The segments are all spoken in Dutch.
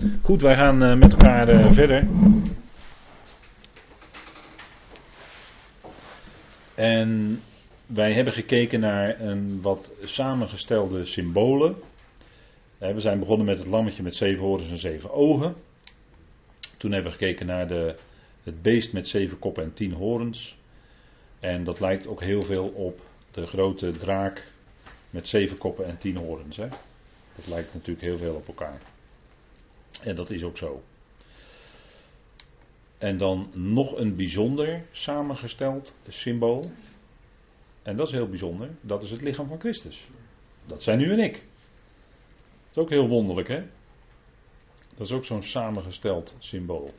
Goed, wij gaan met elkaar verder. En wij hebben gekeken naar een wat samengestelde symbolen. We zijn begonnen met het lammetje met 7 horens en 7 ogen. Toen hebben we gekeken naar het beest met 7 koppen en 10 horens. En dat lijkt ook heel veel op de grote draak met 7 koppen en 10 horens. Hè? Dat lijkt natuurlijk heel veel op elkaar. En dat is ook zo. En dan nog een bijzonder samengesteld symbool. En dat is heel bijzonder. Dat is het lichaam van Christus. Dat zijn u en ik. Dat is ook heel wonderlijk, hè? Dat is ook zo'n samengesteld symbool.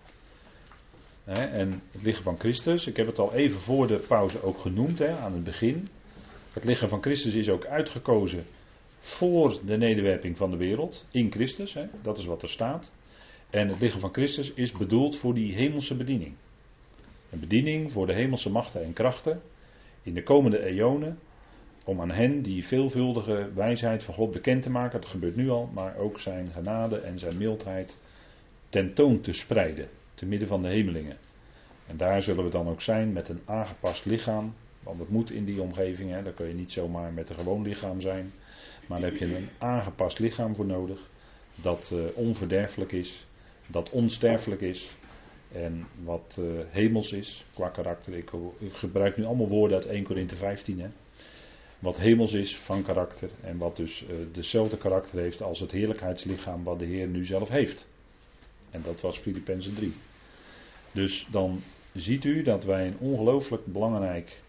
En het lichaam van Christus, ik heb het al even voor de pauze ook genoemd, aan het begin. Het lichaam van Christus is ook uitgekozen voor de nederwerping van de wereld, in Christus, dat is wat er staat. En het lichaam van Christus is bedoeld voor die hemelse bediening. Een bediening voor de hemelse machten en krachten in de komende eonen, om aan hen die veelvuldige wijsheid van God bekend te maken, dat gebeurt nu al, maar ook zijn genade en zijn mildheid tentoon te spreiden, te midden van de hemelingen. En daar zullen we dan ook zijn met een aangepast lichaam, want het moet in die omgeving, daar kun je niet zomaar met een gewoon lichaam zijn, maar daar heb je een aangepast lichaam voor nodig, dat onverderfelijk is, dat onsterfelijk is en wat hemels is qua karakter. Ik gebruik nu allemaal woorden uit 1 Korinthe 15, wat hemels is van karakter en wat dus dezelfde karakter heeft als het heerlijkheidslichaam wat de Heer nu zelf heeft. En dat was Filippenzen 3. Dus dan ziet u dat wij een ongelooflijk belangrijk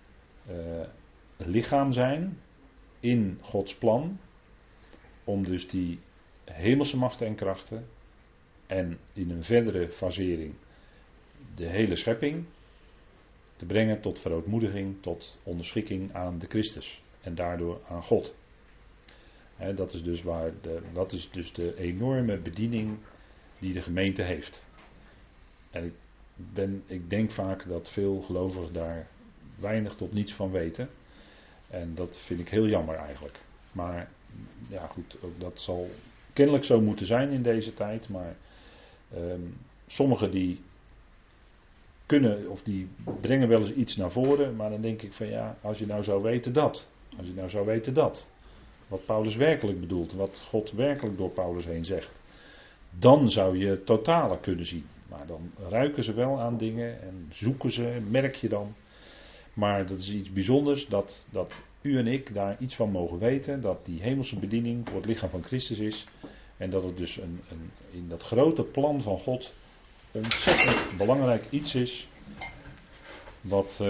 lichaam zijn in Gods plan, om dus die hemelse machten en krachten en in een verdere fasering de hele schepping te brengen tot verootmoediging, tot onderschikking aan de Christus en daardoor aan God. Dat is dus de enorme bediening die de gemeente heeft. En ik denk vaak dat veel gelovigen daar weinig tot niets van weten. En dat vind ik heel jammer eigenlijk. Maar ja goed, ook dat zal kennelijk zo moeten zijn in deze tijd. Maar sommigen die kunnen of die brengen wel eens iets naar voren. Maar dan denk ik van ja, als je nou zou weten dat. Als je nou zou weten dat. Wat Paulus werkelijk bedoelt. Wat God werkelijk door Paulus heen zegt. Dan zou je het totale kunnen zien. Maar dan ruiken ze wel aan dingen en zoeken ze, merk je dan. Maar dat is iets bijzonders dat u en ik daar iets van mogen weten. Dat die hemelse bediening voor het lichaam van Christus is. En dat het dus in dat grote plan van God ontzettend belangrijk iets is. Wat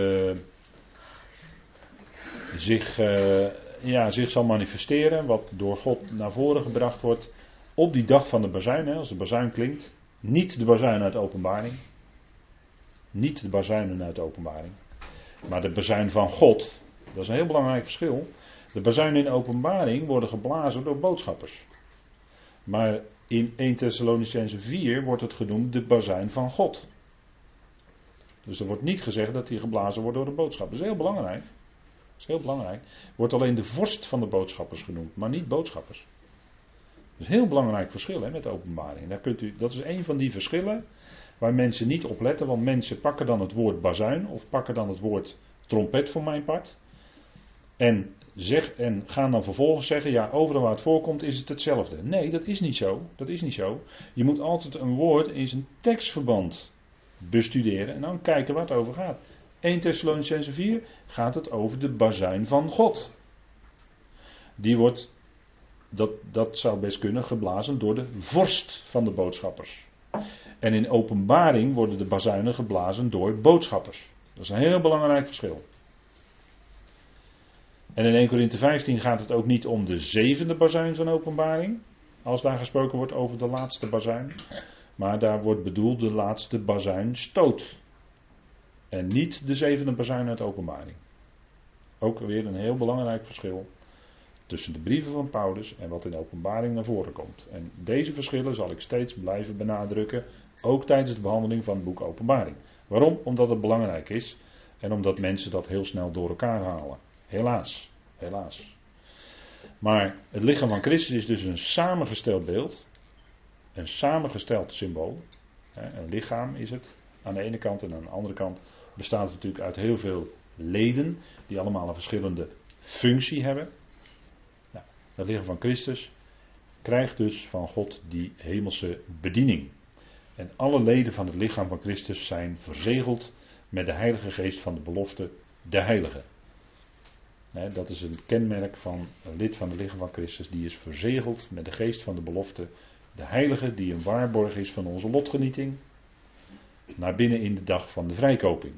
zich zal manifesteren. Wat door God naar voren gebracht wordt. Op die dag van de bazuin, als de bazuin klinkt. Niet de bazuin uit de openbaring. Niet de bazuinen uit de openbaring. Maar de bazuin van God. Dat is een heel belangrijk verschil. De bazuinen in de openbaring worden geblazen door boodschappers. Maar in 1 Thessalonicenzen 4 wordt het genoemd de bazuin van God. Dus er wordt niet gezegd dat die geblazen wordt door de boodschappers. Dat is heel belangrijk. Dat is heel belangrijk. Wordt alleen de vorst van de boodschappers genoemd, maar niet boodschappers. Dat is een heel belangrijk verschil met de openbaring. Dat is een van die verschillen waar mensen niet op letten. Want mensen pakken dan het woord bazuin of pakken dan het woord trompet voor mijn part. En gaan dan vervolgens zeggen, ja, overal waar het voorkomt is het hetzelfde. Nee, dat is niet zo. Dat is niet zo. Je moet altijd een woord in zijn tekstverband bestuderen en dan kijken waar het over gaat. 1 Thessalonicenzen 4 gaat het over de bazuin van God. Die wordt, dat zou best kunnen, geblazen door de vorst van de boodschappers. En in openbaring worden de bazuinen geblazen door boodschappers. Dat is een heel belangrijk verschil. En in 1 Korinthe 15 gaat het ook niet om de 7e bazuin van openbaring. Als daar gesproken wordt over de laatste bazuin. Maar daar wordt bedoeld de laatste bazuin stoot. En niet de 7e bazuin uit openbaring. Ook weer een heel belangrijk verschil tussen de brieven van Paulus en wat in de openbaring naar voren komt. En deze verschillen zal ik steeds blijven benadrukken. Ook tijdens de behandeling van het boek Openbaring. Waarom? Omdat het belangrijk is. En omdat mensen dat heel snel door elkaar halen. Helaas. Helaas. Maar het lichaam van Christus is dus een samengesteld beeld. een samengesteld symbool. Een lichaam is het aan de ene kant en aan de andere kant bestaat het natuurlijk uit heel veel leden die allemaal een verschillende functie hebben. Nou, het lichaam van Christus krijgt dus van God die hemelse bediening. En alle leden van het lichaam van Christus zijn verzegeld met de Heilige Geest van de belofte, de Heilige. Dat is een kenmerk van een lid van het lichaam van Christus, die is verzegeld met de Geest van de belofte, de Heilige, die een waarborg is van onze lotgenieting, naar binnen in de dag van de vrijkoping.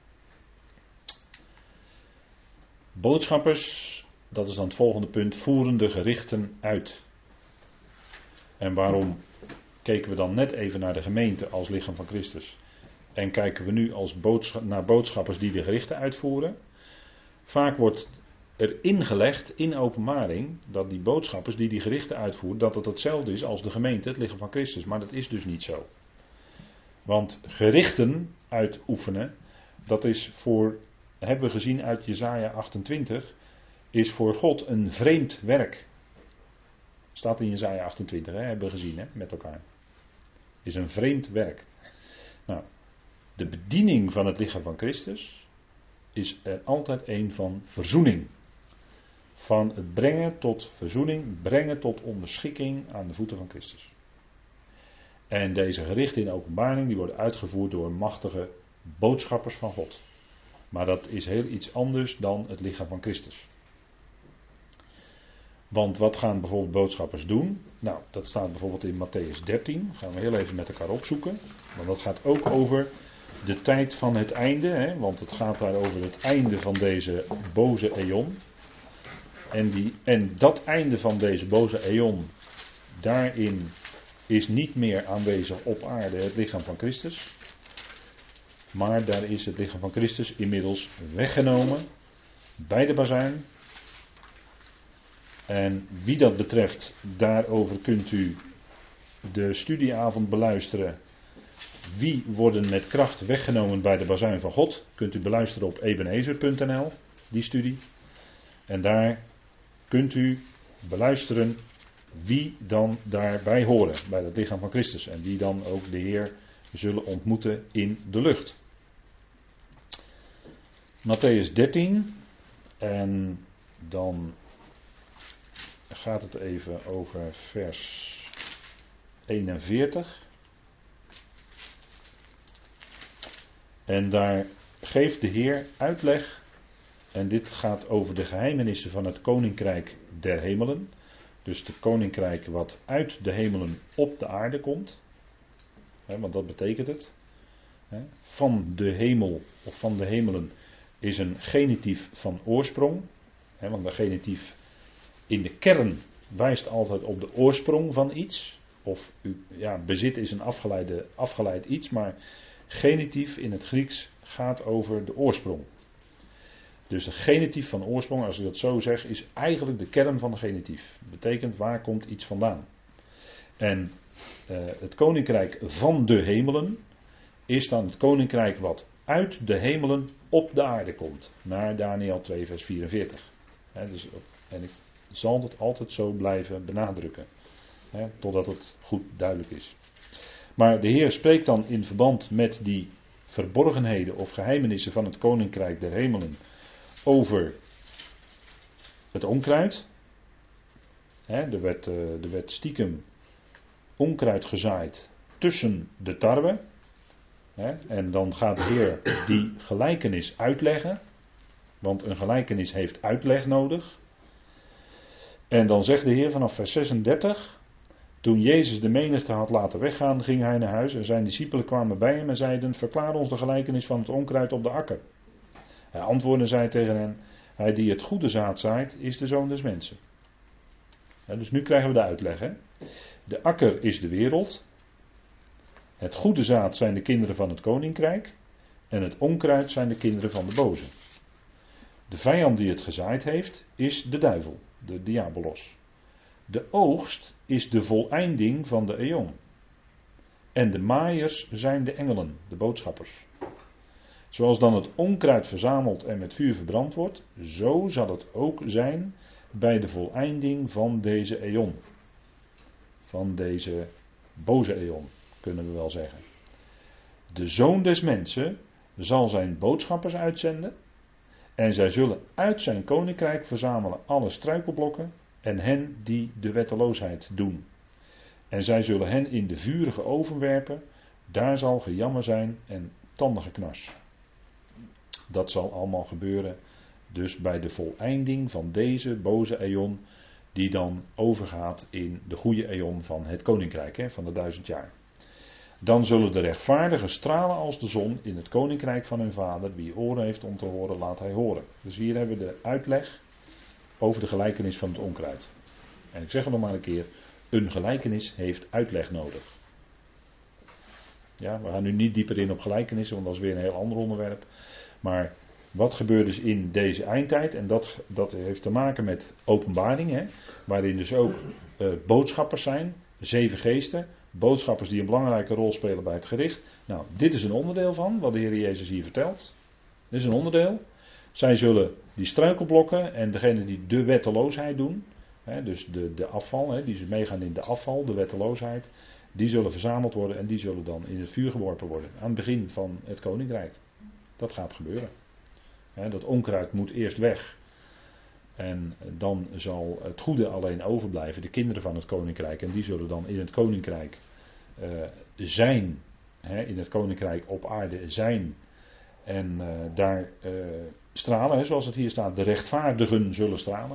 Boodschappers, dat is dan het volgende punt, voeren de gerichten uit. En waarom keken we dan net even naar de gemeente als lichaam van Christus en kijken we nu naar boodschappers die de gerichten uitvoeren? Vaak wordt er ingelegd in openbaring dat die boodschappers die gerichten uitvoeren, dat het hetzelfde is als de gemeente, het lichaam van Christus. Maar dat is dus niet zo. Want gerichten uitoefenen, dat is voor, hebben we gezien uit Jesaja 28, is voor God een vreemd werk. Staat in Jesaja 28, hebben we gezien met elkaar. Is een vreemd werk. Nou, de bediening van het lichaam van Christus is er altijd een van verzoening. Van het brengen tot verzoening, brengen tot onderschikking aan de voeten van Christus. En deze gerichten in openbaring die worden uitgevoerd door machtige boodschappers van God. Maar dat is heel iets anders dan het lichaam van Christus. Want wat gaan bijvoorbeeld boodschappers doen? Nou, dat staat bijvoorbeeld in Matthäus 13. Dat gaan we heel even met elkaar opzoeken. Want dat gaat ook over de tijd van het einde. Want het gaat daar over het einde van deze boze eon. En dat einde van deze boze eon, daarin is niet meer aanwezig op aarde het lichaam van Christus. Maar daar is het lichaam van Christus inmiddels weggenomen bij de bazuin. En wie dat betreft, daarover kunt u de studieavond beluisteren. Wie worden met kracht weggenomen bij de bazuin van God? Kunt u beluisteren op ebenezer.nl, die studie. En daar kunt u beluisteren wie dan daarbij horen, bij het lichaam van Christus. En die dan ook de Heer zullen ontmoeten in de lucht. Matthäus 13. En dan gaat het even over vers 41. En daar geeft de Heer uitleg. En dit gaat over de geheimenissen van het koninkrijk der hemelen. Dus het koninkrijk wat uit de hemelen op de aarde komt. Want dat betekent het. Van de hemel of van de hemelen is een genitief van oorsprong. Want de genitief in de kern wijst altijd op de oorsprong van iets. Of bezit is een afgeleid iets. Maar genitief in het Grieks gaat over de oorsprong. Dus de genitief van oorsprong, als ik dat zo zeg, is eigenlijk de kern van de genitief. Dat betekent waar komt iets vandaan. En het koninkrijk van de hemelen is dan het koninkrijk wat uit de hemelen op de aarde komt. Naar Daniël 2 vers 44. En ik zal het altijd zo blijven benadrukken. Totdat het goed duidelijk is. Maar de Heer spreekt dan in verband met die verborgenheden of geheimenissen van het koninkrijk der hemelen over het onkruid. Er werd stiekem onkruid gezaaid tussen de tarwe. En dan gaat de Heer die gelijkenis uitleggen. Want een gelijkenis heeft uitleg nodig. En dan zegt de Heer vanaf vers 36. Toen Jezus de menigte had laten weggaan, ging hij naar huis en zijn discipelen kwamen bij hem en zeiden: verklaar ons de gelijkenis van het onkruid op de akker. Hij antwoordde en zei tegen hen: hij die het goede zaad zaait, is de zoon des mensen. Dus nu krijgen we de uitleg. De akker is de wereld. Het goede zaad zijn de kinderen van het koninkrijk. En het onkruid zijn de kinderen van de boze. De vijand die het gezaaid heeft, is de duivel, de diabolos. De oogst is de voleinding van de eon. En de maaiers zijn de engelen, de boodschappers. Zoals dan het onkruid verzameld en met vuur verbrand wordt, zo zal het ook zijn bij de voleinding van deze eon. Van deze boze eon, kunnen we wel zeggen. De Zoon des Mensen zal zijn boodschappers uitzenden en zij zullen uit zijn koninkrijk verzamelen alle struikelblokken en hen die de wetteloosheid doen. En zij zullen hen in de vurige oven werpen, daar zal gejammer zijn en tandengeknars. Dat zal allemaal gebeuren dus bij de voleinding van deze boze eon, die dan overgaat in de goede eon van het koninkrijk, van de 1000 jaar. Dan zullen de rechtvaardigen stralen als de zon in het koninkrijk van hun vader. Wie oren heeft om te horen, laat hij horen. Dus hier hebben we de uitleg over de gelijkenis van het onkruid. En ik zeg het nog maar een keer, een gelijkenis heeft uitleg nodig. Ja, we gaan nu niet dieper in op gelijkenissen, want dat is weer een heel ander onderwerp. Maar wat gebeurt dus in deze eindtijd? En dat heeft te maken met openbaring, waarin dus ook boodschappers zijn, 7 geesten, boodschappers die een belangrijke rol spelen bij het gericht. Nou, dit is een onderdeel van wat de Heer Jezus hier vertelt. Dit is een onderdeel. Zij zullen die struikelblokken en degene die de wetteloosheid doen, dus de afval, die ze meegaan in de afval, de wetteloosheid, die zullen verzameld worden en die zullen dan in het vuur geworpen worden. Aan het begin van het koninkrijk. Dat gaat gebeuren. Dat onkruid moet eerst weg. En dan zal het goede alleen overblijven, de kinderen van het koninkrijk. En die zullen dan in het koninkrijk zijn. In het koninkrijk op aarde zijn. En daar stralen, zoals het hier staat, de rechtvaardigen zullen stralen.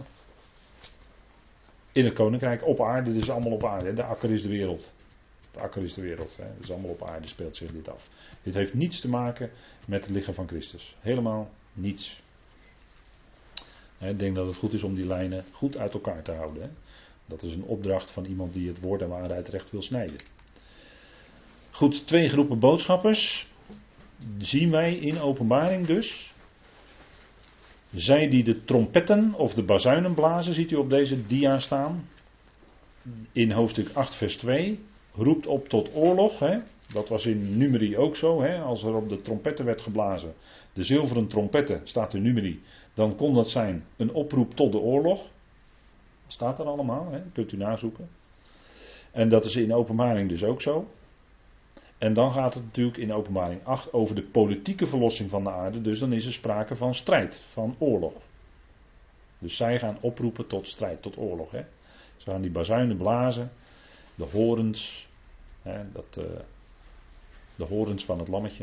In het koninkrijk op aarde, dit is allemaal op aarde. De akker is de wereld. De akker is de wereld. Dat is allemaal op aarde, speelt zich dit af. Dit heeft niets te maken met het lichaam van Christus. Helemaal niets. Ik denk dat het goed is om die lijnen goed uit elkaar te houden. Dat is een opdracht van iemand die het woord en waarheid recht wil snijden. Goed, 2 groepen boodschappers zien wij in Openbaring dus. Zij die de trompetten of de bazuinen blazen, ziet u op deze dia staan. In hoofdstuk 8 vers 2. Roept op tot oorlog. Dat was in Numeri ook zo. Als er op de trompetten werd geblazen. De zilveren trompetten staat in Numeri. Dan kon dat zijn een oproep tot de oorlog. Staat er allemaal. Kunt u nazoeken. En dat is in Openbaring dus ook zo. En dan gaat het natuurlijk in Openbaring 8 over de politieke verlossing van de aarde. Dus dan is er sprake van strijd, van oorlog. Dus zij gaan oproepen tot strijd, tot oorlog. Ze gaan die bazuinen blazen. De horens. De horens van het lammetje.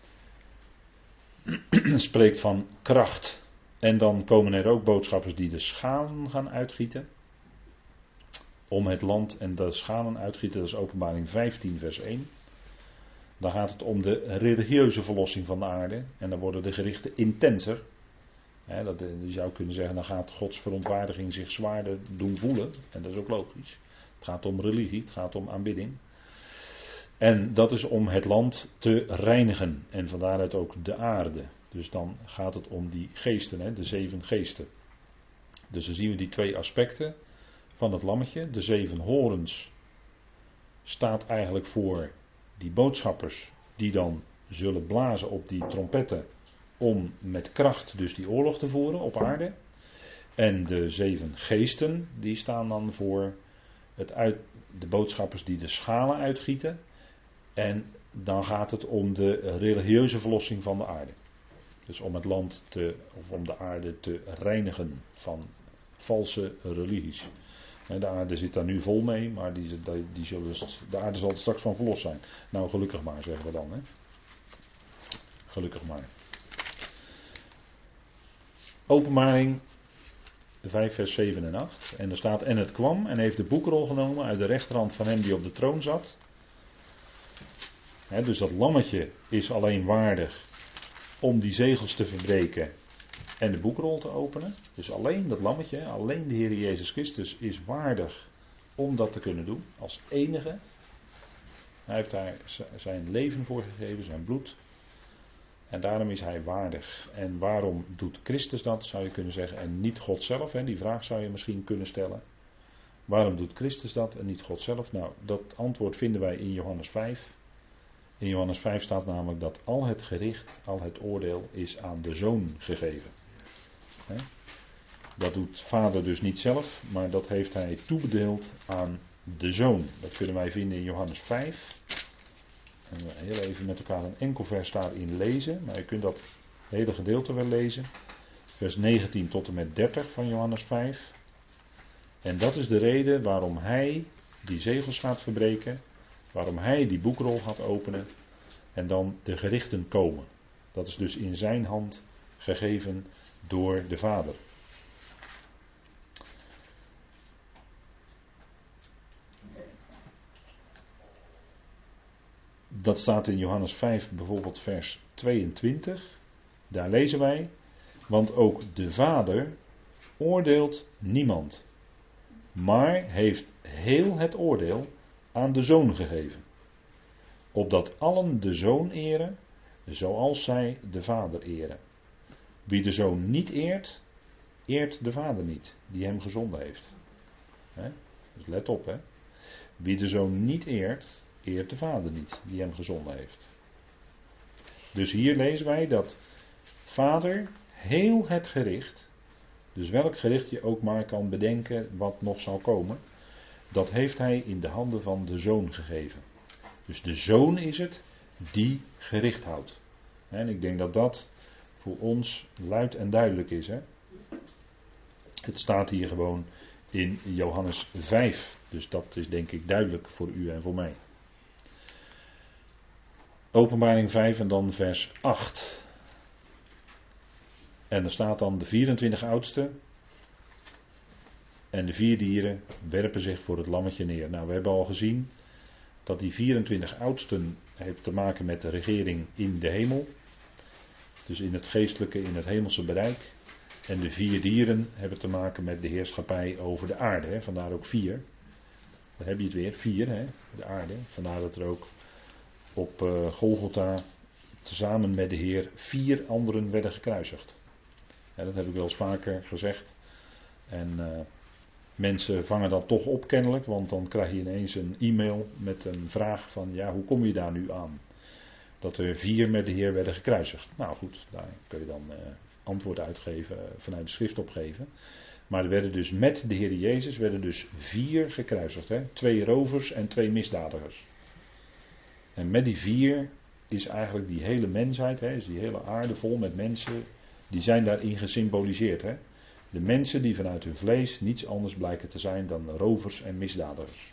Spreekt van kracht. En dan komen er ook boodschappers die de schalen gaan uitgieten. Om het land en de schalen uitgieten. Dat is Openbaring 15 vers 1. Dan gaat het om de religieuze verlossing van de aarde. En dan worden de gerichten intenser. Je zou kunnen zeggen, dan gaat Gods verontwaardiging zich zwaarder doen voelen. En dat is ook logisch. Het gaat om religie, het gaat om aanbidding. En dat is om het land te reinigen. En van daaruit ook de aarde. Dus dan gaat het om die geesten, de 7 geesten. Dus dan zien we die 2 aspecten van het lammetje. De 7 horens staat eigenlijk voor die boodschappers die dan zullen blazen op die trompetten om met kracht dus die oorlog te voeren op aarde. En de 7 geesten die staan dan voor de boodschappers die de schalen uitgieten. En dan gaat het om de religieuze verlossing van de aarde. Dus om het land of om de aarde te reinigen van valse religies. De aarde zit daar nu vol mee, maar de aarde zal er straks van verlost zijn. Nou, gelukkig maar, zeggen we dan. Gelukkig maar. Openbaring 5 vers 7 en 8. En er staat, en het kwam en heeft de boekrol genomen uit de rechterhand van hem die op de troon zat. Dus dat lammetje is alleen waardig om die zegels te verbreken en de boekrol te openen. Dus alleen dat lammetje, alleen de Heer Jezus Christus is waardig om dat te kunnen doen. Als enige. Hij heeft daar zijn leven voor gegeven, zijn bloed. En daarom is hij waardig. En waarom doet Christus dat, zou je kunnen zeggen, en niet God zelf? Die vraag zou je misschien kunnen stellen. Waarom doet Christus dat en niet God zelf? Nou, dat antwoord vinden wij in Johannes 5. In Johannes 5 staat namelijk dat al het gericht, al het oordeel is aan de Zoon gegeven. Dat doet Vader dus niet zelf, maar dat heeft hij toebedeeld aan de Zoon. Dat kunnen wij vinden in Johannes 5. En we heel even met elkaar een enkel vers daarin lezen. Maar je kunt dat hele gedeelte wel lezen. Vers 19 tot en met 30 van Johannes 5. En dat is de reden waarom hij die zegels gaat verbreken. Waarom hij die boekrol gaat openen. En dan de gerichten komen. Dat is dus in zijn hand gegeven door de Vader. Dat staat in Johannes 5 bijvoorbeeld vers 22. Daar lezen wij. Want ook de Vader oordeelt niemand. Maar heeft heel het oordeel aan de Zoon gegeven. Opdat allen de Zoon eren, zoals zij de Vader eren. Wie de Zoon niet eert, eert de Vader niet, die hem gezonden heeft. Dus let op, hè. Wie de Zoon niet eert, eert de Vader niet, die hem gezonden heeft. Dus hier lezen wij dat Vader heel het gericht, dus welk gericht je ook maar kan bedenken wat nog zal komen, dat heeft hij in de handen van de Zoon gegeven. Dus de Zoon is het die gericht houdt. En ik denk dat dat voor ons luid en duidelijk is. Hè? Het staat hier gewoon in Johannes 5. Dus dat is denk ik duidelijk voor u en voor mij. Openbaring 5 en dan vers 8. En er staat dan de 24 oudsten en de 4 dieren werpen zich voor het lammetje neer. Nou, we hebben al gezien dat die 24 oudsten heeft te maken met de regering in de hemel. Dus in het geestelijke, in het hemelse bereik. En de 4 dieren hebben te maken met de heerschappij over de aarde. Hè. Vandaar ook 4. Daar heb je het weer, 4, hè, de aarde. Vandaar dat er ook op Golgotha tezamen met de Heer 4 anderen werden gekruisigd. Ja, dat heb ik wel eens vaker gezegd. En mensen vangen dat toch op kennelijk, want dan krijg je ineens een e-mail met een vraag van, ja, hoe kom je daar nu aan? Dat er 4 met de Heer werden gekruisigd. Nou goed, daar kun je dan antwoord uitgeven, vanuit de schrift opgeven. Maar er werden dus met de Heer Jezus werden dus 4 gekruisigd. Hè? 2 rovers en 2 misdadigers. En met die 4 is eigenlijk die hele mensheid, hè, is die hele aarde vol met mensen, die zijn daarin gesymboliseerd. Hè? De mensen die vanuit hun vlees niets anders blijken te zijn dan rovers en misdadigers.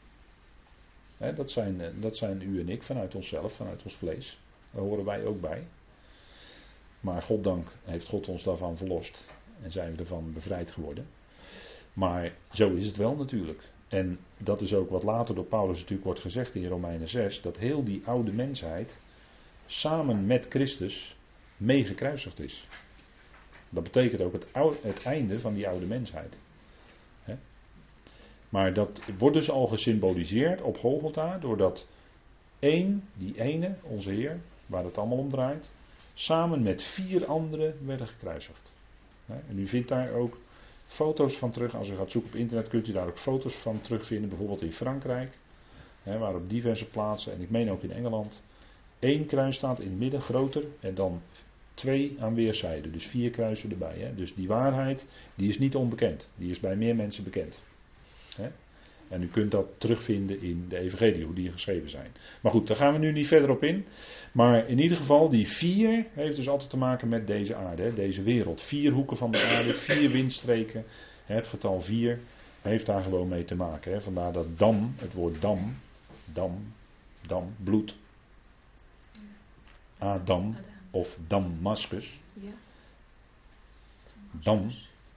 Hè, dat zijn u en ik vanuit onszelf, vanuit ons vlees. Daar horen wij ook bij. Maar goddank heeft God ons daarvan verlost. En zijn we ervan bevrijd geworden. Maar zo is het wel natuurlijk. En dat is ook wat later door Paulus natuurlijk wordt gezegd in Romeinen 6. Dat heel die oude mensheid samen met Christus meegekruisigd is. Dat betekent ook het einde van die oude mensheid. He? Maar dat wordt dus al gesymboliseerd op Golgotha. Doordat die ene, onze Heer, waar het allemaal om draait, samen met 4 anderen werden gekruisigd. He? En u vindt daar ook foto's van terug. Als u gaat zoeken op internet kunt u daar ook foto's van terugvinden. Bijvoorbeeld in Frankrijk. Waar op diverse plaatsen, en ik meen ook in Engeland, 1 kruis staat in het midden, groter. En dan 2 aan weerszijden. Dus 4 kruisen erbij. Hè. Dus die waarheid, die is niet onbekend. Die is bij meer mensen bekend. Hè. En u kunt dat terugvinden in de evangelie, hoe die geschreven zijn. Maar goed, daar gaan we nu niet verder op in. Maar in ieder geval, die 4 heeft dus altijd te maken met deze aarde, hè, deze wereld. 4 hoeken van de aarde, 4 windstreken. Het getal 4 heeft daar gewoon mee te maken. Hè. Vandaar dat dam, het woord dam, bloed. Adam of Damascus. Dam.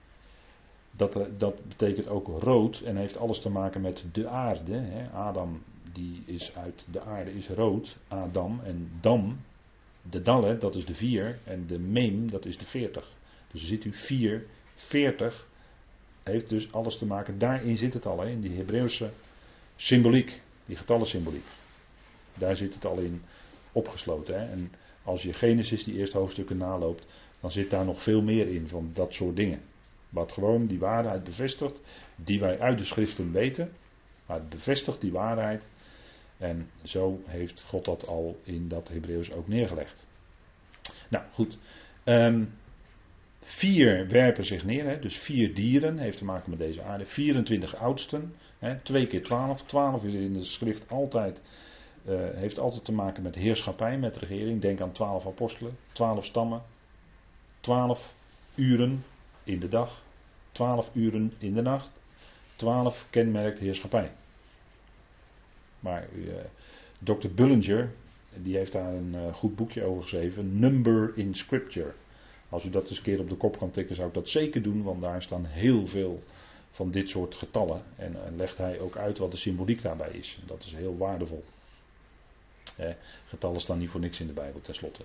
Dat betekent ook rood en heeft alles te maken met de aarde. Hè. Adam, die is uit de aarde, is rood. Adam en dam. De dalle, dat is de 4. En de mem, dat is de 40. Dus ziet u 4, 40 heeft dus alles te maken. Daarin zit het al, hè, in die Hebreeuwse symboliek. Die getallensymboliek. Daar zit het al in opgesloten. Hè. En als je Genesis, die eerste hoofdstukken naloopt, dan zit daar nog veel meer in van dat soort dingen. Wat gewoon die waarheid bevestigt, die wij uit de schriften weten. Maar het bevestigt die waarheid. En zo heeft God dat al in dat Hebreeuws ook neergelegd. Nou goed. 4 werpen zich neer, hè, dus 4 dieren, heeft te maken met deze aarde. 24 oudsten, hè, 2 keer 12. 12 is in de schrift altijd, heeft altijd te maken met heerschappij, met regering. Denk aan 12 apostelen, 12 stammen, 12 uren in de dag, 12 uren in de nacht. 12 kenmerkt heerschappij. Maar Dr. Bullinger, die heeft daar een goed boekje over geschreven, Number in Scripture. Als u dat eens een keer op de kop kan tikken, zou ik dat zeker doen, want daar staan heel veel van dit soort getallen. En legt hij ook uit wat de symboliek daarbij is. Dat is heel waardevol. Getallen staan niet voor niks in de Bijbel, tenslotte.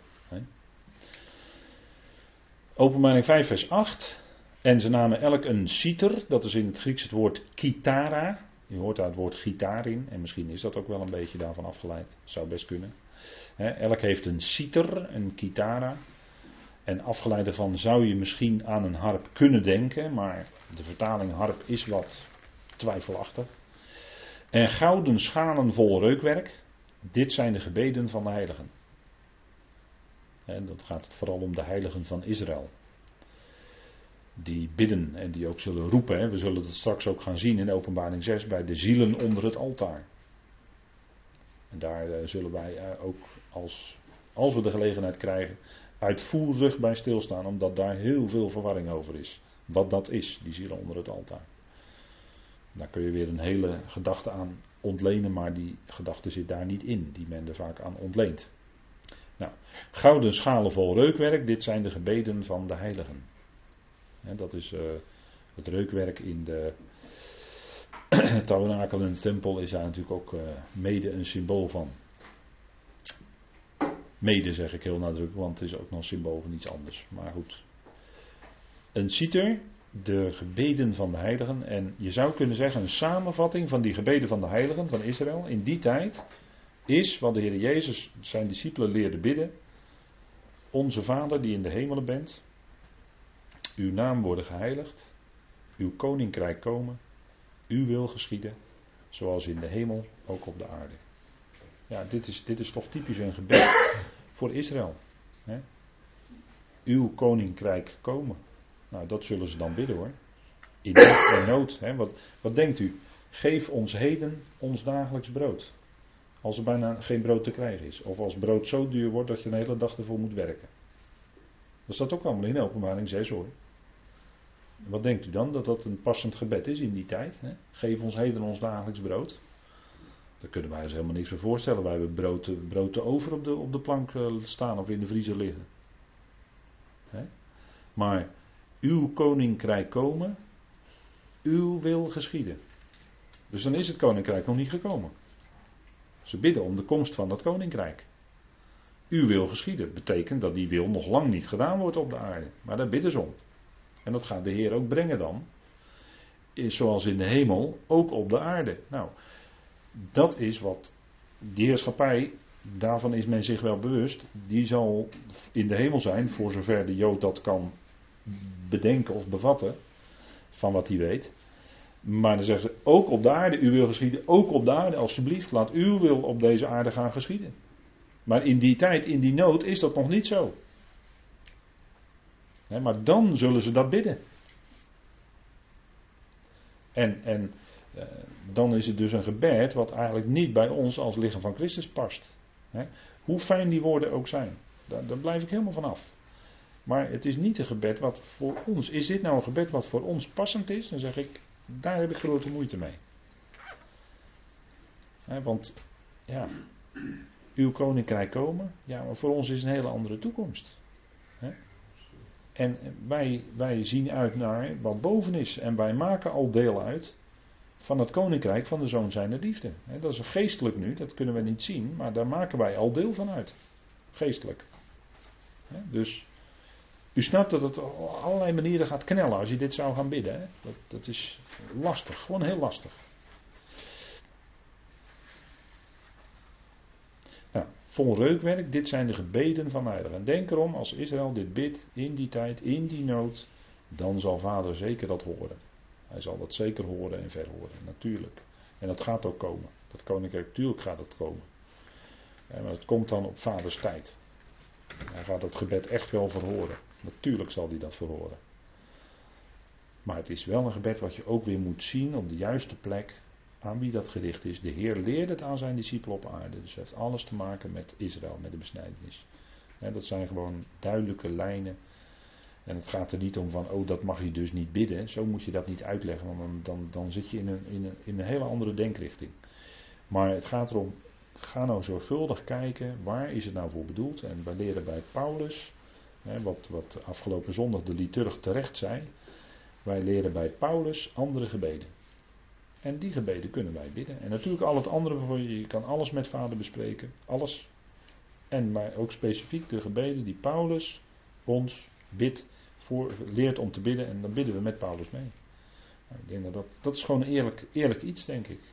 Openbaring 5 vers 8. En ze namen elk een citer, dat is in het Grieks het woord kitara. Je hoort daar het woord gitaar in, en misschien is dat ook wel een beetje daarvan afgeleid. Zou best kunnen. Elk heeft een citer, een kitara. En afgeleid daarvan zou je misschien aan een harp kunnen denken, maar de vertaling harp is wat twijfelachtig. En gouden schalen vol reukwerk, dit zijn de gebeden van de heiligen. En dat gaat het vooral om de heiligen van Israël. Die bidden en die ook zullen roepen. We zullen het straks ook gaan zien in Openbaring 6 bij de zielen onder het altaar. En daar zullen wij ook als we de gelegenheid krijgen uitvoerig bij stilstaan, omdat daar heel veel verwarring over is. Wat dat is, die zielen onder het altaar. Daar kun je weer een hele gedachte aan ontlenen, maar die gedachte zit daar niet in, die men er vaak aan ontleent. Nou, gouden schalen vol reukwerk, dit zijn de gebeden van de heiligen. Dat is het reukwerk in de tabernakel en de tempel is daar natuurlijk ook mede een symbool van. Mede zeg ik heel nadrukkelijk, want het is ook nog een symbool van iets anders. Maar goed. Een citer, de gebeden van de heiligen. En je zou kunnen zeggen, een samenvatting van die gebeden van de heiligen van Israël in die tijd is wat de Heer Jezus zijn discipelen leerde bidden. Onze Vader die in de hemelen bent. Uw naam worden geheiligd. Uw koninkrijk komen. Uw wil geschieden. Zoals in de hemel, ook op de aarde. Ja, dit is toch typisch een gebed voor Israël. Hè? Uw koninkrijk komen. Nou, dat zullen ze dan bidden hoor. In nood. Hè? Wat denkt u? Geef ons heden ons dagelijks brood. Als er bijna geen brood te krijgen is. Of als brood zo duur wordt dat je een hele dag ervoor moet werken. Dat staat ook allemaal in Openbaring 6 hoor. Wat denkt u dan? Dat dat een passend gebed is in die tijd? Hè? Geef ons heden ons dagelijks brood. Daar kunnen wij ons helemaal niks voor voorstellen. Wij hebben brood te over op de plank staan of in de vriezer liggen. Hè? Maar uw koninkrijk komen, uw wil geschieden. Dus dan is het koninkrijk nog niet gekomen. Ze bidden om de komst van dat koninkrijk. Uw wil geschieden betekent dat die wil nog lang niet gedaan wordt op de aarde. Maar daar bidden ze om. En dat gaat de Heer ook brengen dan. Zoals in de hemel, ook op de aarde. Nou, dat is wat die heerschappij, daarvan is men zich wel bewust. Die zal in de hemel zijn, voor zover de Jood dat kan bedenken of bevatten. Van wat hij weet. Maar dan zeggen ze, ook op de aarde, uw wil geschieden. Ook op de aarde, alsjeblieft, laat uw wil op deze aarde gaan geschieden. Maar in die tijd, in die nood, is dat nog niet zo. Maar dan zullen ze dat bidden. En dan is het dus een gebed wat eigenlijk niet bij ons als lichaam van Christus past. Hoe fijn die woorden ook zijn. Daar blijf ik helemaal van af. Maar het is niet een gebed wat voor ons... Is dit nou een gebed wat voor ons passend is? Dan zeg ik, daar heb ik grote moeite mee. Want, ja... Uw koninkrijk komen. Ja, maar voor ons is een hele andere toekomst. En wij zien uit naar wat boven is. En wij maken al deel uit van het koninkrijk van de Zoon zijner liefde. Dat is geestelijk nu, dat kunnen we niet zien. Maar daar maken wij al deel van uit. Geestelijk. Dus u snapt dat het op allerlei manieren gaat knellen als je dit zou gaan bidden. Dat is lastig, gewoon heel lastig. Nou, vol reukwerk, dit zijn de gebeden van de heiligen. En denk erom, als Israël dit bidt, in die tijd, in die nood, dan zal Vader zeker dat horen. Hij zal dat zeker horen en verhoren, natuurlijk. En dat gaat ook komen. Dat koninkrijk, natuurlijk gaat het komen. Maar het komt dan op Vaders tijd. Hij gaat het gebed echt wel verhoren. Natuurlijk zal hij dat verhoren. Maar het is wel een gebed wat je ook weer moet zien op de juiste plek aan wie dat gericht is. De Heer leert het aan zijn discipelen op aarde. Dus het heeft alles te maken met Israël, met de besnijdenis. Dat zijn gewoon duidelijke lijnen. En het gaat er niet om van, oh dat mag je dus niet bidden. Zo moet je dat niet uitleggen, want dan zit je in een hele andere denkrichting. Maar het gaat erom, ga nou zorgvuldig kijken, waar is het nou voor bedoeld? En wij leren bij Paulus, wat afgelopen zondag de liturg terecht zei. Wij leren bij Paulus andere gebeden. En die gebeden kunnen wij bidden. En natuurlijk al het andere, je kan alles met Vader bespreken. Alles. Maar ook specifiek de gebeden die Paulus ons leert om te bidden. En dan bidden we met Paulus mee. Nou, ik denk dat is gewoon een eerlijk iets, denk ik.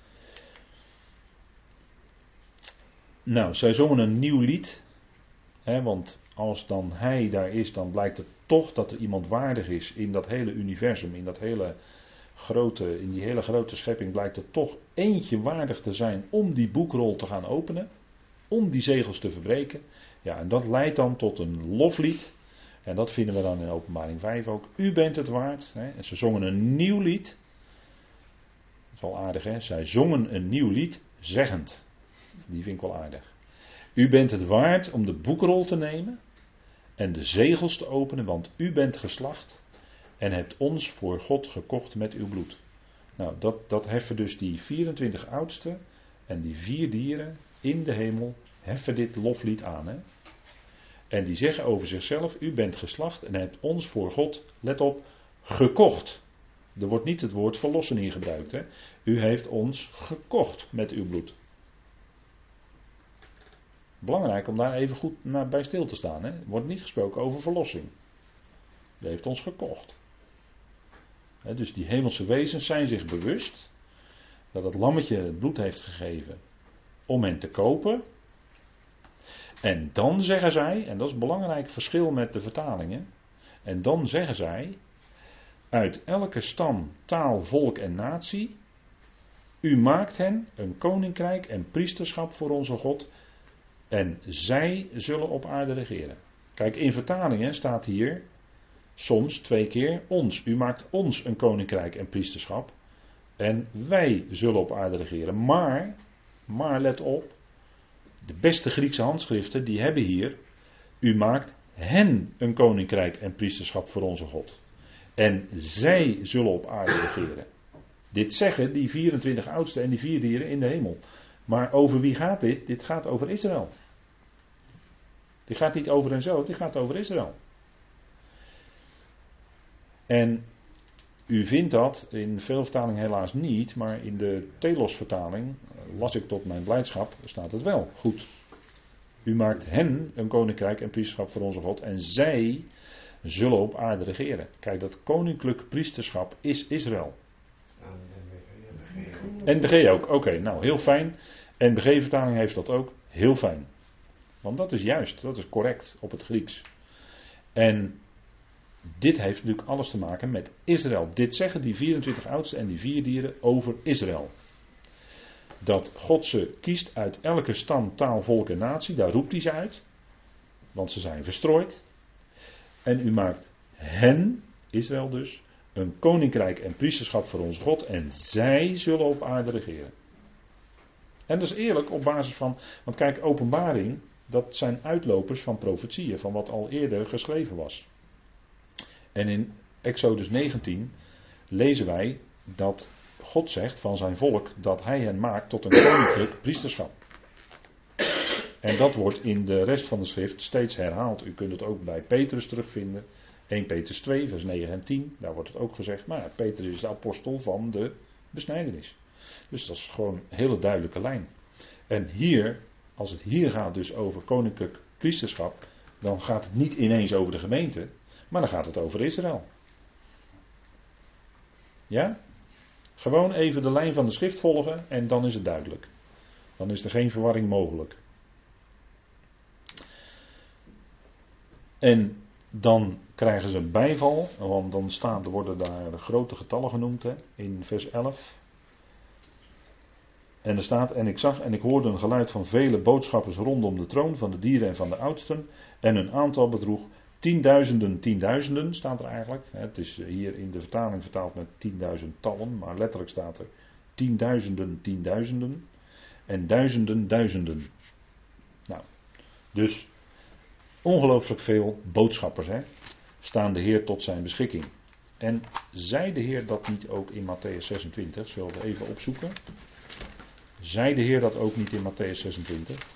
Nou, zij zongen een nieuw lied. Want als dan hij daar is, dan blijkt het toch dat er iemand waardig is in dat hele universum, in die hele grote schepping blijkt er toch eentje waardig te zijn om die boekrol te gaan openen, om die zegels te verbreken. Ja, en dat leidt dan tot een loflied. En dat vinden we dan in Openbaring 5 ook. U bent het waard. En ze zongen een nieuw lied. Dat is wel aardig, hè? Zij zongen een nieuw lied, zeggend. Die vind ik wel aardig. U bent het waard om de boekrol te nemen en de zegels te openen, want u bent geslacht en hebt ons voor God gekocht met uw bloed. Nou, dat heffen dus die 24 oudsten en die 4 dieren in de hemel, heffen dit loflied aan. Hè? En die zeggen over zichzelf, u bent geslacht en hebt ons voor God, let op, gekocht. Er wordt niet het woord verlossen hier gebruikt. Hè? U heeft ons gekocht met uw bloed. Belangrijk om daar even goed bij stil te staan. Hè? Er wordt niet gesproken over verlossing. U heeft ons gekocht. Dus die hemelse wezens zijn zich bewust dat het lammetje het bloed heeft gegeven om hen te kopen. En dan zeggen zij, en dat is een belangrijk verschil met de vertalingen. En dan zeggen zij, uit elke stam, taal, volk en natie, u maakt hen een koninkrijk en priesterschap voor onze God. En zij zullen op aarde regeren. Kijk, in vertalingen staat hier soms 2 keer ons. U maakt ons een koninkrijk en priesterschap. En wij zullen op aarde regeren. Maar let op. De beste Griekse handschriften die hebben hier. U maakt hen een koninkrijk en priesterschap voor onze God. En zij zullen op aarde regeren. Dit zeggen die 24 oudsten en die 4 dieren in de hemel. Maar over wie gaat dit? Dit gaat over Israël. Dit gaat niet over henzelf, dit gaat over Israël. En u vindt dat in veel vertalingen helaas niet, maar in de Telos-vertaling, las ik tot mijn blijdschap, staat het wel goed. U maakt hen een koninkrijk en priesterschap voor onze God en zij zullen op aarde regeren. Kijk, dat koninklijk priesterschap is Israël. NBG ook, oké, nou heel fijn. NBG-vertaling heeft dat ook, heel fijn. Want dat is juist, dat is correct op het Grieks. En dit heeft natuurlijk alles te maken met Israël. Dit zeggen die 24 oudsten en die 4 dieren over Israël. Dat God ze kiest uit elke stam, taal, volk en natie, daar roept hij ze uit. Want ze zijn verstrooid. En u maakt hen, Israël dus, een koninkrijk en priesterschap voor onze God. En zij zullen op aarde regeren. En dat is eerlijk op basis van, want kijk, Openbaring, dat zijn uitlopers van profetieën, van wat al eerder geschreven was. En in Exodus 19 lezen wij dat God zegt van zijn volk dat hij hen maakt tot een koninklijk priesterschap. En dat wordt in de rest van de schrift steeds herhaald. U kunt het ook bij Petrus terugvinden. 1 Petrus 2 vers 9 en 10, daar wordt het ook gezegd. Maar Petrus is de apostel van de besnijdenis. Dus dat is gewoon een hele duidelijke lijn. En hier, als het hier gaat dus over koninklijk priesterschap, dan gaat het niet ineens over de gemeente, maar dan gaat het over Israël. Ja? Gewoon even de lijn van de schrift volgen en dan is het duidelijk. Dan is er geen verwarring mogelijk. En dan krijgen ze een bijval, want dan worden daar grote getallen genoemd hè, in vers 11. En er staat, en ik zag en ik hoorde een geluid van vele boodschappers rondom de troon van de dieren en van de oudsten. En hun aantal bedroeg 10.000 tienduizenden staat er eigenlijk. Het is hier in de vertaling vertaald met 10.000 maar letterlijk staat er tienduizenden en duizenden. Nou, dus ongelooflijk veel boodschappers staan de Heer tot zijn beschikking. En zei de Heer dat niet ook in Matthäus 26? Zullen we even opzoeken. Zei de Heer dat ook niet in Matthäus 26?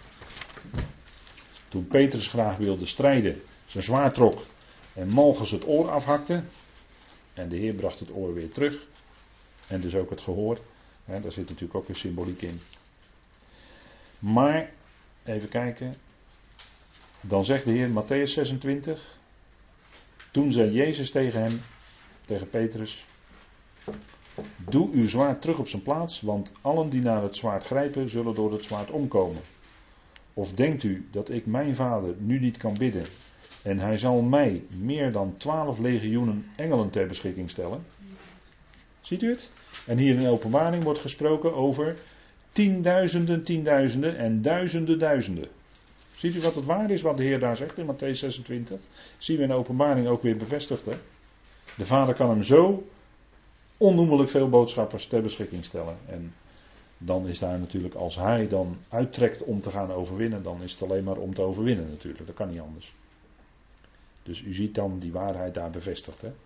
Toen Petrus graag wilde strijden, zijn zwaard trok en Malchus het oor afhakte. En de Heer bracht het oor weer terug. En dus ook het gehoor. Daar zit natuurlijk ook een symboliek in. Maar, even kijken. Dan zegt de Heer in Matthäus 26. Toen zei Jezus tegen hem, tegen Petrus. Doe uw zwaard terug op zijn plaats, want allen die naar het zwaard grijpen, zullen door het zwaard omkomen. Of denkt u dat ik mijn Vader nu niet kan bidden en hij zal mij meer dan 12 legioenen engelen ter beschikking stellen? Ziet u het? En hier in Openbaring wordt gesproken over tienduizenden en duizenden. Ziet u wat het waar is wat de Heer daar zegt in Matthäus 26? Zien we in Openbaring ook weer bevestigd. Hè? De Vader kan hem zo onnoemelijk veel boodschappers ter beschikking stellen. En dan is daar natuurlijk, als hij dan uittrekt om te gaan overwinnen, dan is het alleen maar om te overwinnen natuurlijk. Dat kan niet anders. Dus u ziet dan die waarheid daar bevestigd. Hè?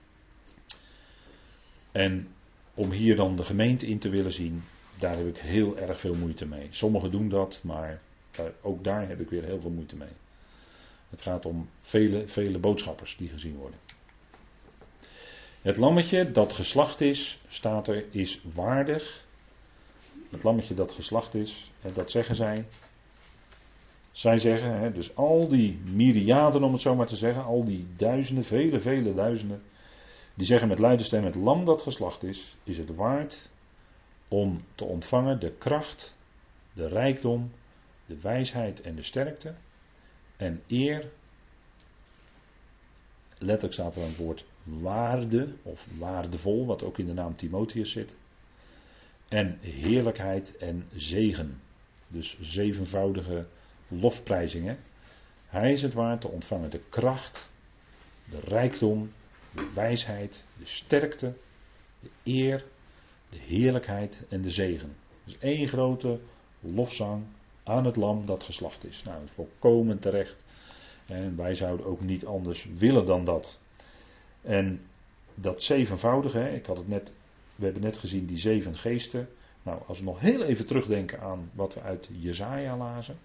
En om hier dan de gemeente in te willen zien, daar heb ik heel erg veel moeite mee. Sommigen doen dat, maar ook daar heb ik weer heel veel moeite mee. Het gaat om vele boodschappers die gezien worden. Het lammetje dat geslacht is, staat er, is waardig. Het lammetje dat geslacht is, dat zeggen zij. Zij zeggen, dus al die myriaden om het zo maar te zeggen, al die duizenden, vele duizenden, die zeggen met luide stem, het lam dat geslacht is het waard om te ontvangen de kracht, de rijkdom, de wijsheid en de sterkte en eer. Letterlijk staat er aan het woord waarde of waardevol, wat ook in de naam Timotheus zit. En heerlijkheid en zegen. Dus zevenvoudige lofprijzingen. Hij is het waard te ontvangen de kracht, de rijkdom, de wijsheid, de sterkte, de eer, de heerlijkheid en de zegen. Dus één grote lofzang aan het lam dat geslacht is. Nou, volkomen terecht. En wij zouden ook niet anders willen dan dat. En dat zevenvoudige, we hebben net gezien die 7 geesten. Nou, als we nog heel even terugdenken aan wat we uit Jesaja lazen.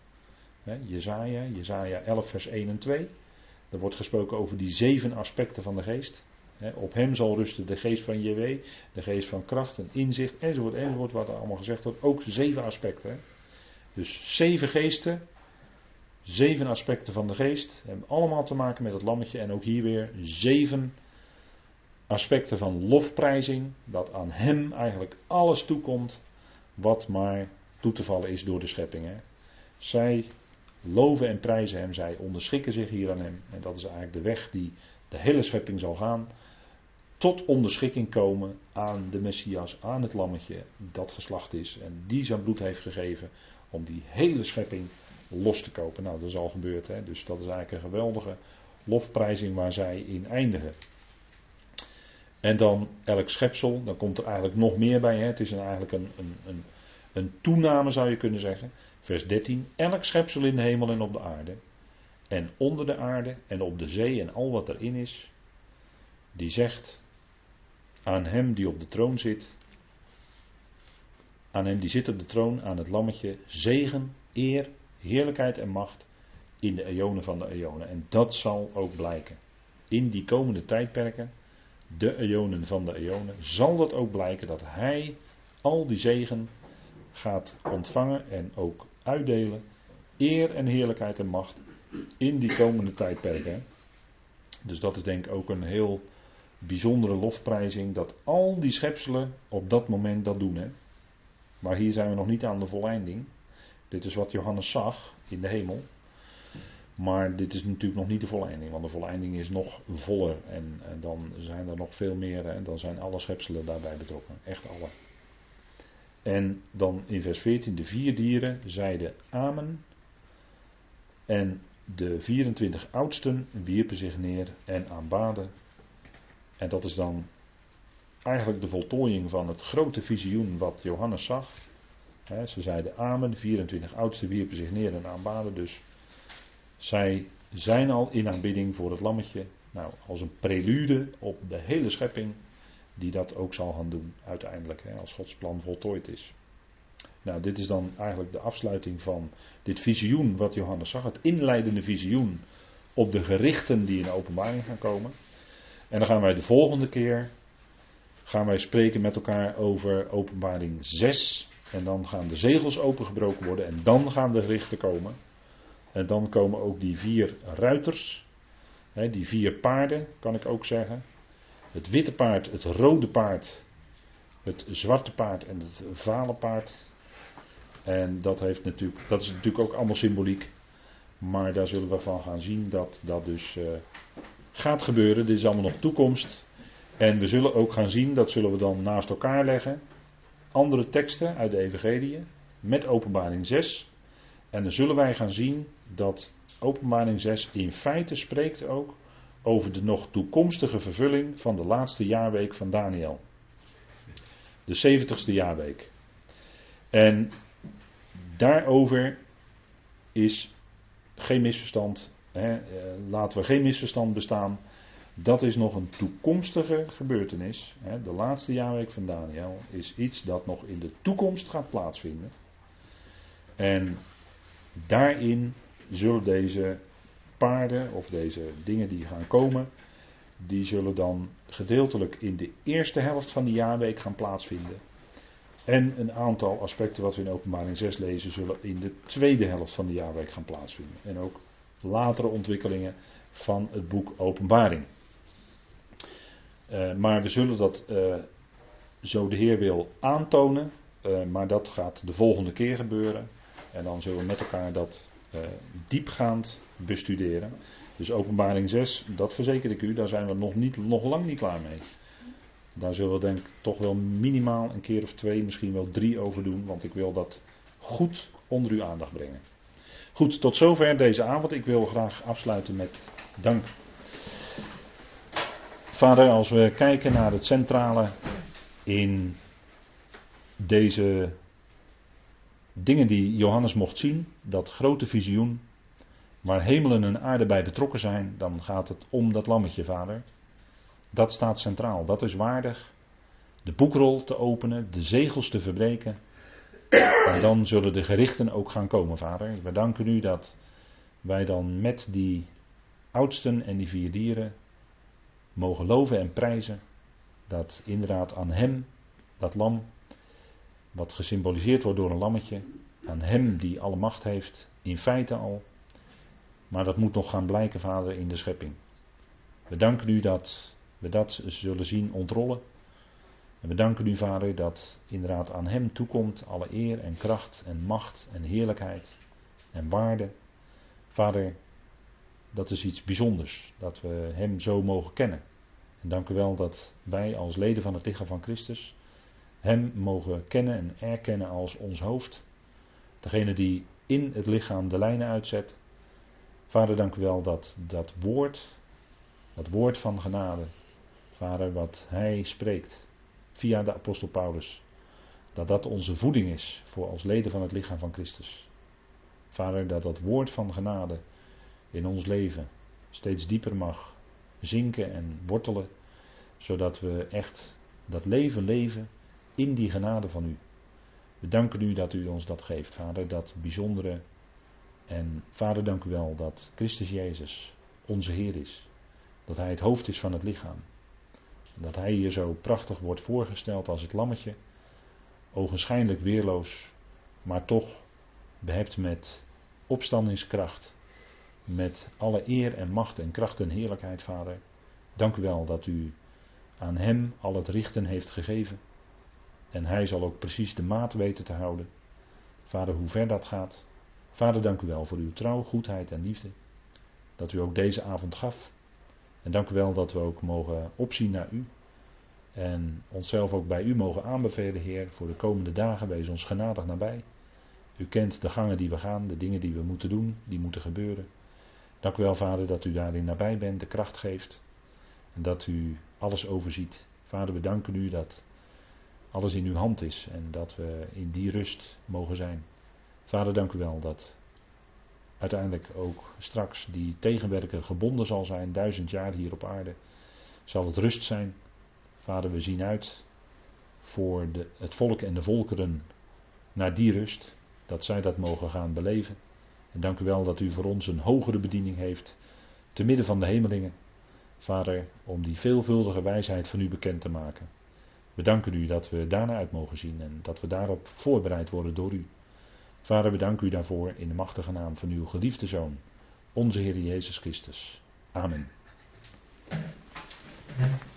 Jesaja 11 vers 1 en 2. Er wordt gesproken over die 7 aspecten van de geest. Op hem zal rusten de geest van JW, de geest van kracht en inzicht enzovoort wat er allemaal gezegd wordt. Ook 7 aspecten. Dus 7 geesten, 7 aspecten van de geest, hebben allemaal te maken met het lammetje. En ook hier weer 7 aspecten van lofprijzing, dat aan hem eigenlijk alles toekomt wat maar toe te vallen is door de schepping. Zij loven en prijzen hem, zij onderschikken zich hier aan hem. En dat is eigenlijk de weg die de hele schepping zal gaan. Tot onderschikking komen aan de Messias, aan het lammetje dat geslacht is. En die zijn bloed heeft gegeven om die hele schepping los te kopen. Nou, dat is al gebeurd. Dus dat is eigenlijk een geweldige lofprijzing waar zij in eindigen. En dan elk schepsel, dan komt er eigenlijk nog meer bij. Het is eigenlijk een toename zou je kunnen zeggen. Vers 13. Elk schepsel in de hemel en op de aarde. En onder de aarde en op de zee en al wat erin is. Die zegt aan hem die op de troon zit. Aan hem die zit op de troon, aan het lammetje. Zegen, eer, heerlijkheid en macht. In de eonen van de eonen. En dat zal ook blijken. In die komende tijdperken. De eonen van de eonen, zal dat ook blijken dat hij al die zegen gaat ontvangen en ook uitdelen. Eer en heerlijkheid en macht in die komende tijdperken. Dus dat is denk ik ook een heel bijzondere lofprijzing, dat al die schepselen op dat moment dat doen. Maar hier zijn we nog niet aan de voleinding. Dit is wat Johannes zag in de hemel. Maar dit is natuurlijk nog niet de voleinding, want de voleinding is nog voller. En dan zijn er nog veel meer, en dan zijn alle schepselen daarbij betrokken. Echt alle. En dan in vers 14, de 4 dieren zeiden amen. En de 24 oudsten wierpen zich neer en aanbaden. En dat is dan eigenlijk de voltooiing van het grote visioen wat Johannes zag. Ze zeiden amen, de 24 oudsten wierpen zich neer en aanbaden. Dus zij zijn al in aanbidding voor het lammetje. Nou, als een prelude op de hele schepping die dat ook zal gaan doen uiteindelijk, als Gods plan voltooid is. Nou, dit is dan eigenlijk de afsluiting van dit visioen wat Johannes zag. Het inleidende visioen op de gerichten die in de openbaring gaan komen. En dan gaan wij de volgende keer spreken met elkaar over openbaring 6. En dan gaan de zegels opengebroken worden en dan gaan de gerichten komen. En dan komen ook die 4 ruiters, die 4 paarden kan ik ook zeggen. Het witte paard, het rode paard, het zwarte paard en het vale paard. En dat is natuurlijk ook allemaal symboliek. Maar daar zullen we van gaan zien dat dat dus gaat gebeuren. Dit is allemaal nog toekomst. En we zullen ook gaan zien, dat zullen we dan naast elkaar leggen, andere teksten uit de Evangeliën met openbaring 6. En dan zullen wij gaan zien dat openbaring 6 in feite spreekt ook over de nog toekomstige vervulling van de laatste jaarweek van Daniel. De 70ste jaarweek. En daarover is geen misverstand. Laten we geen misverstand bestaan. Dat is nog een toekomstige gebeurtenis. De laatste jaarweek van Daniel is iets dat nog in de toekomst gaat plaatsvinden. En daarin zullen deze paarden of deze dingen die gaan komen, die zullen dan gedeeltelijk in de eerste helft van de jaarweek gaan plaatsvinden. En een aantal aspecten wat we in openbaring 6 lezen zullen in de tweede helft van de jaarweek gaan plaatsvinden. En ook latere ontwikkelingen van het boek Openbaring. Maar we zullen dat zo de Heer wil aantonen. Maar dat gaat de volgende keer gebeuren. En dan zullen we met elkaar dat diepgaand bestuderen. Dus openbaring 6, dat verzeker ik u, daar zijn we nog lang niet klaar mee. Daar zullen we denk ik toch wel minimaal een keer of 2, misschien wel 3 over doen. Want ik wil dat goed onder uw aandacht brengen. Goed, tot zover deze avond. Ik wil graag afsluiten met dank. Vader, als we kijken naar het centrale in deze dingen die Johannes mocht zien, dat grote visioen, waar hemelen en aarde bij betrokken zijn, dan gaat het om dat lammetje, Vader. Dat staat centraal, dat is waardig. De boekrol te openen, de zegels te verbreken. En dan zullen de gerichten ook gaan komen, Vader. We danken u dat wij dan met die oudsten en die 4 dieren mogen loven en prijzen. Dat inderdaad aan hem, dat lam, wat gesymboliseerd wordt door een lammetje, aan hem die alle macht heeft, in feite al. Maar dat moet nog gaan blijken, Vader, in de schepping. We danken u dat we dat zullen zien ontrollen. En we danken u, Vader, dat inderdaad aan hem toekomt alle eer en kracht en macht en heerlijkheid en waarde. Vader, dat is iets bijzonders, dat we hem zo mogen kennen. En dank u wel dat wij als leden van het lichaam van Christus hem mogen kennen en erkennen als ons hoofd. Degene die in het lichaam de lijnen uitzet. Vader, dank u wel dat dat woord van genade, Vader, wat hij spreekt via de apostel Paulus, dat dat onze voeding is voor als leden van het lichaam van Christus. Vader, dat dat woord van genade in ons leven steeds dieper mag zinken en wortelen, zodat we echt dat leven leven in die genade van u. We danken u dat u ons dat geeft, Vader, dat bijzondere. En Vader, dank u wel dat Christus Jezus onze Heer is. Dat hij het hoofd is van het lichaam. Dat hij hier zo prachtig wordt voorgesteld als het lammetje. Ogenschijnlijk weerloos, maar toch behept met opstandingskracht. Met alle eer en macht en kracht en heerlijkheid, Vader. Dank u wel dat u aan hem al het richten heeft gegeven. En hij zal ook precies de maat weten te houden. Vader, hoe ver dat gaat. Vader, dank u wel voor uw trouw, goedheid en liefde. Dat u ook deze avond gaf. En dank u wel dat we ook mogen opzien naar u. En onszelf ook bij u mogen aanbevelen, Heer, voor de komende dagen. Wees ons genadig nabij. U kent de gangen die we gaan, de dingen die we moeten doen, die moeten gebeuren. Dank u wel, Vader, dat u daarin nabij bent, de kracht geeft. En dat u alles overziet. Vader, we danken u dat alles in uw hand is en dat we in die rust mogen zijn. Vader, dank u wel dat uiteindelijk ook straks die tegenwerker gebonden zal zijn, 1000 jaar hier op aarde. Zal het rust zijn. Vader, we zien uit voor het volk en de volkeren naar die rust. Dat zij dat mogen gaan beleven. En dank u wel dat u voor ons een hogere bediening heeft. Te midden van de hemelingen. Vader, om die veelvuldige wijsheid van u bekend te maken. We danken u dat we daarna uit mogen zien en dat we daarop voorbereid worden door u. Vader, we danken u daarvoor in de machtige naam van uw geliefde Zoon, onze Heer Jezus Christus. Amen.